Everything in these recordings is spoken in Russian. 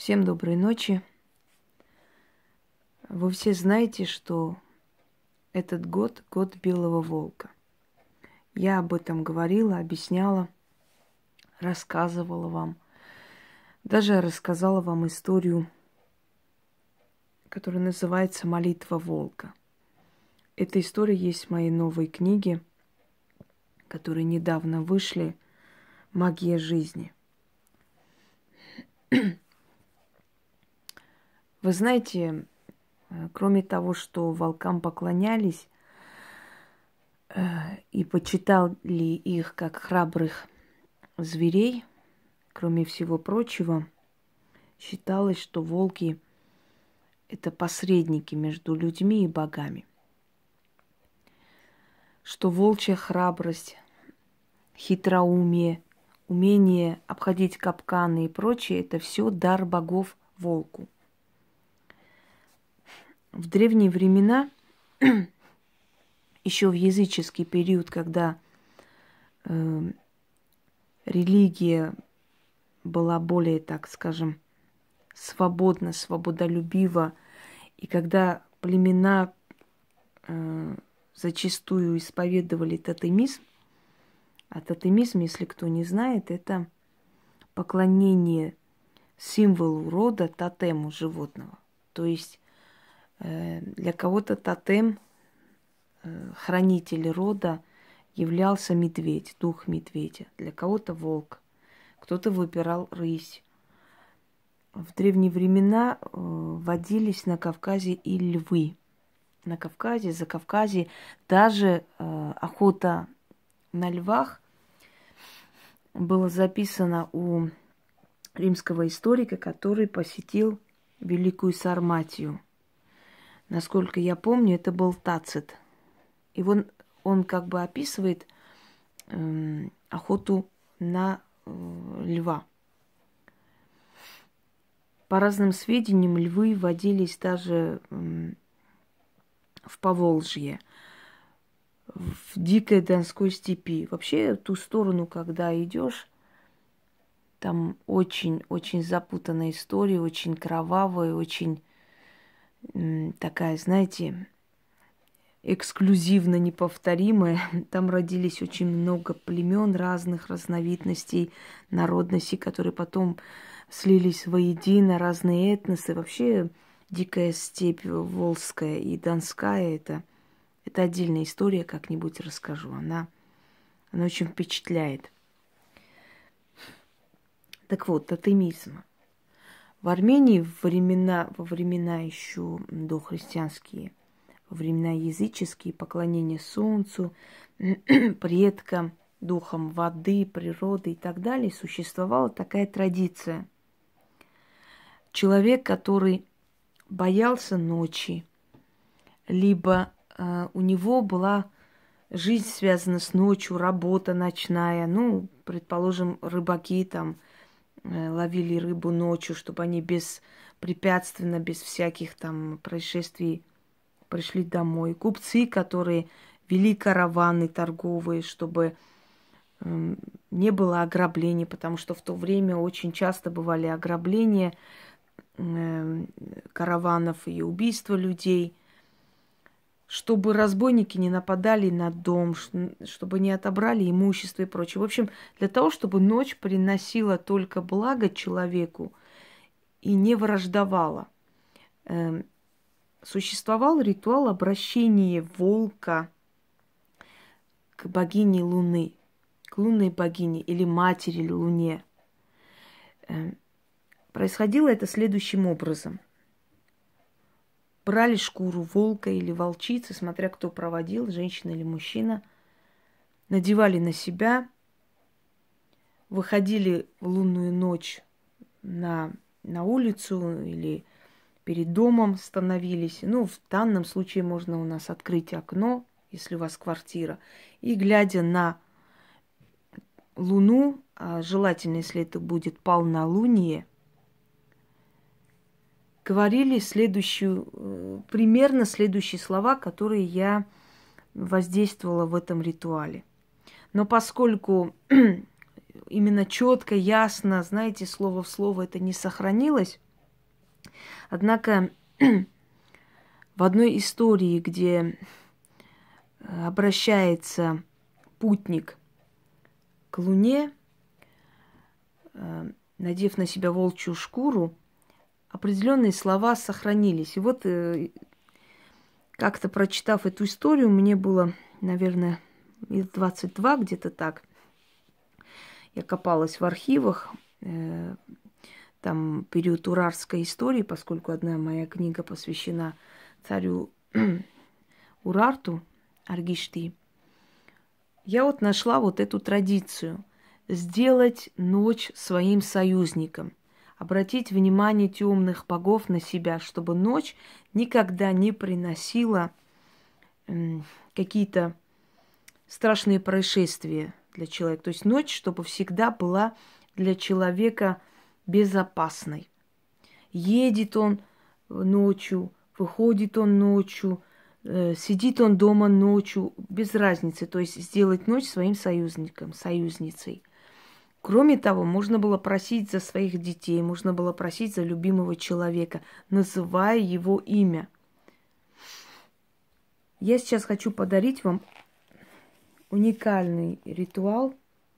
Всем доброй ночи. Вы все знаете, что этот год – год белого волка. Я об этом говорила, объясняла, рассказывала вам. Даже рассказала вам историю, которая называется «Молитва волка». Эта история есть в моей новой книге, которые недавно вышли «Магия жизни». Вы знаете, кроме того, что волкам поклонялись и почитали их как храбрых зверей, кроме всего прочего, считалось, что волки – это посредники между людьми и богами. Что волчья храбрость, хитроумие, умение обходить капканы и прочее – это все дар богов волку. В древние времена, еще в языческий период, когда религия была более, так скажем, свободна, свободолюбива, и когда племена зачастую исповедовали тотемизм, а тотемизм, если кто не знает, это поклонение символу рода, тотему животного. То есть для кого-то тотем, хранитель рода, являлся медведь, дух медведя. Для кого-то волк. Кто-то выбирал рысь. В древние времена водились на Кавказе и львы. На Кавказе, Закавказье, даже охота на львах было записано у римского историка, который посетил Великую Сарматию. Насколько я помню, это был Тацит. И он как бы описывает охоту на льва. По разным сведениям, львы водились даже в Поволжье, в дикой Донской степи. Вообще, ту сторону, когда идешь, там очень-очень запутанная история, очень кровавая, очень такая, знаете, эксклюзивно неповторимая. Там родились очень много племен разных разновидностей, народностей, которые потом слились воедино, разные этносы. Вообще дикая степь Волжская и Донская это отдельная история, как-нибудь расскажу. Она очень впечатляет. Так вот, тотемизм. В Армении во времена еще дохристианские, во времена языческие, поклонение солнцу, предкам, духам воды, природы и так далее, существовала такая традиция. Человек, который боялся ночи, либо у него была жизнь связана с ночью, работа ночная, ну, предположим, рыбаки там ловили рыбу ночью, чтобы они беспрепятственно, без всяких там происшествий пришли домой. Купцы, которые вели караваны торговые, чтобы не было ограблений, потому что в то время очень часто бывали ограбления караванов и убийства людей, чтобы разбойники не нападали на дом, чтобы не отобрали имущество и прочее. В общем, для того, чтобы ночь приносила только благо человеку и не враждовала, существовал ритуал обращения волка к богине Луны, к лунной богине или матери Луне. Происходило это следующим образом. Брали шкуру волка или волчицы, смотря кто проводил, женщина или мужчина, надевали на себя, выходили в лунную ночь на улицу или перед домом становились. Ну, в данном случае можно у нас открыть окно, если у вас квартира, и глядя на луну, а желательно, если это будет полнолуние, говорили примерно следующие слова, которые я воздействовала в этом ритуале. Но поскольку именно четко, ясно, знаете, слово в слово это не сохранилось, Однако в одной истории, где обращается путник к Луне, надев на себя волчью шкуру, определенные слова сохранились. И вот как-то прочитав эту историю, мне было, наверное, лет 22, где-то так. Я копалась в архивах, там период урарской истории, поскольку одна моя книга посвящена царю Урарту, Аргишти. Я вот нашла вот эту традицию сделать ночь своим союзником, обратить внимание темных богов на себя, чтобы ночь никогда не приносила какие-то страшные происшествия для человека. То есть ночь, чтобы всегда была для человека безопасной. Едет он ночью, выходит он ночью, сидит он дома ночью, без разницы. То есть сделать ночь своим союзником, союзницей. Кроме того, можно было просить за своих детей, можно было просить за любимого человека, называя его имя. Я сейчас хочу подарить вам уникальный ритуал.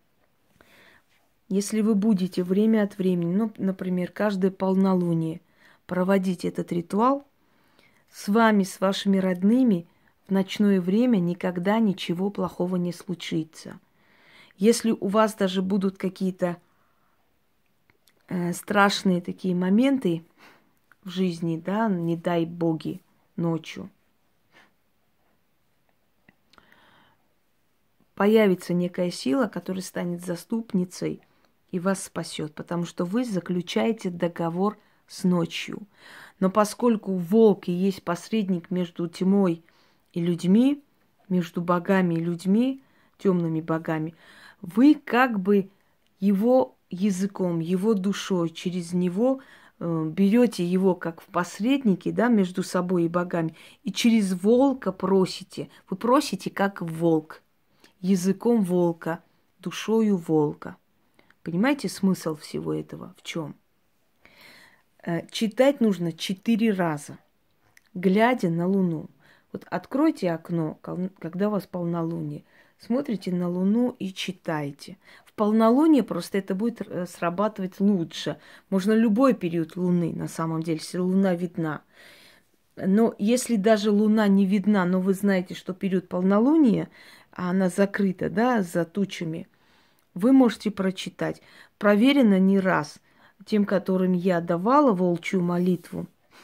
Если вы будете время от времени, ну, например, каждое полнолуние проводить этот ритуал, с вами, с вашими родными в ночное время никогда ничего плохого не случится. Если у вас даже будут какие-то страшные такие моменты в жизни, да, не дай боги, ночью, появится некая сила, которая станет заступницей и вас спасет, потому что вы заключаете договор с ночью. Но поскольку волк и есть посредник между тьмой и людьми, между богами и людьми, темными богами, вы как бы его языком, его душой, через него берете его как в посредники, да, между собой и богами, и через волка просите. Вы просите как волк, языком волка, душою волка. Понимаете смысл всего этого в чем? Читать нужно 4 раза, глядя на Луну. Вот откройте окно, когда у вас полнолуние, смотрите на Луну и читайте. В полнолуние просто это будет срабатывать лучше. Можно любой период Луны, на самом деле, если Луна видна. Но если даже Луна не видна, но вы знаете, что период полнолуния, а она закрыта, да, за тучами, вы можете прочитать. Проверено не раз тем, которым я давала волчью молитву.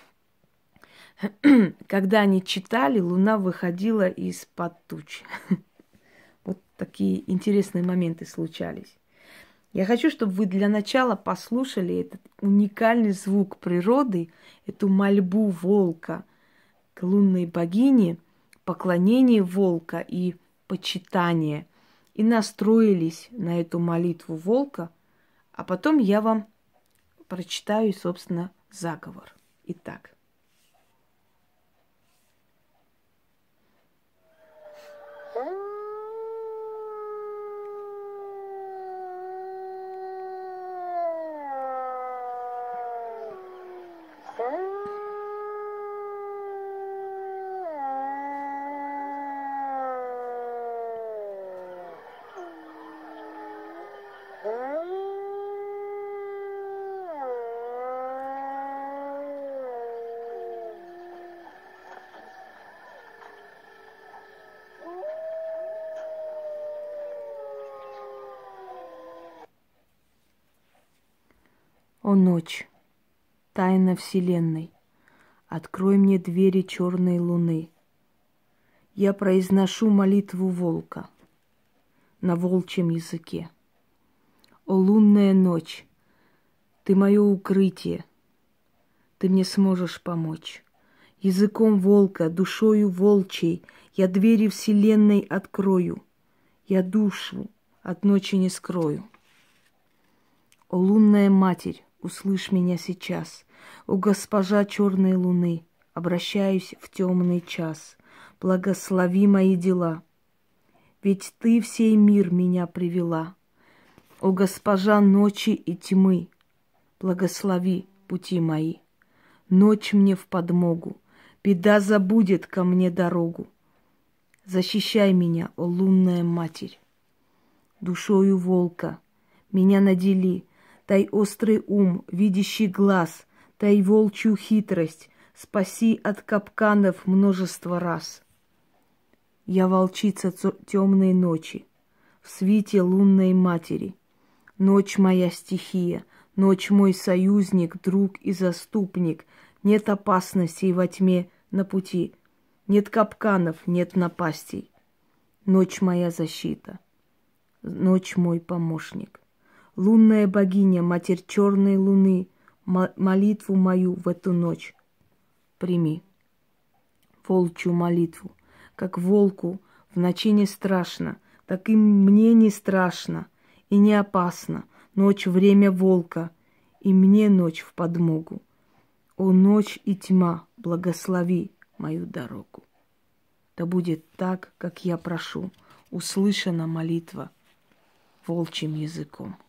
Когда они читали, Луна выходила из-под туч. Вот такие интересные моменты случались. Я хочу, чтобы вы для начала послушали этот уникальный звук природы, эту мольбу волка к лунной богине, поклонение волка и почитание. И настроились на эту молитву волка, а потом я вам прочитаю, собственно, заговор. Итак. О ночь, тайна вселенной, открой мне двери черной луны. Я произношу молитву волка на волчьем языке. О лунная ночь, ты мое укрытие, ты мне сможешь помочь. Языком волка, душою волчьей я двери вселенной открою. Я душу от ночи не скрою. О лунная матерь, услышь меня сейчас. О госпожа черной луны, обращаюсь в темный час. Благослови мои дела, ведь ты в сей мир меня привела. О госпожа ночи и тьмы, благослови пути мои. ночь мне в подмогу, беда забудет ко мне дорогу. Защищай меня, о лунная матерь, душою волка меня надели, дай острый ум, видящий глаз, дай волчью хитрость, спаси от капканов множество раз. Я волчица темной ночи, в свите лунной матери. Ночь моя стихия, ночь мой союзник, друг и заступник. Нет опасностей во тьме на пути, нет капканов, нет напастей. Ночь моя защита, ночь мой помощник. Лунная богиня, матерь черной луны, молитву мою в эту ночь прими. Волчью молитву. Как волку в ночи не страшно, так и мне не страшно и не опасно. Ночь — время волка, и мне ночь в подмогу. О, ночь и тьма, благослови мою дорогу. Да будет так, как я прошу, услышана молитва волчьим языком.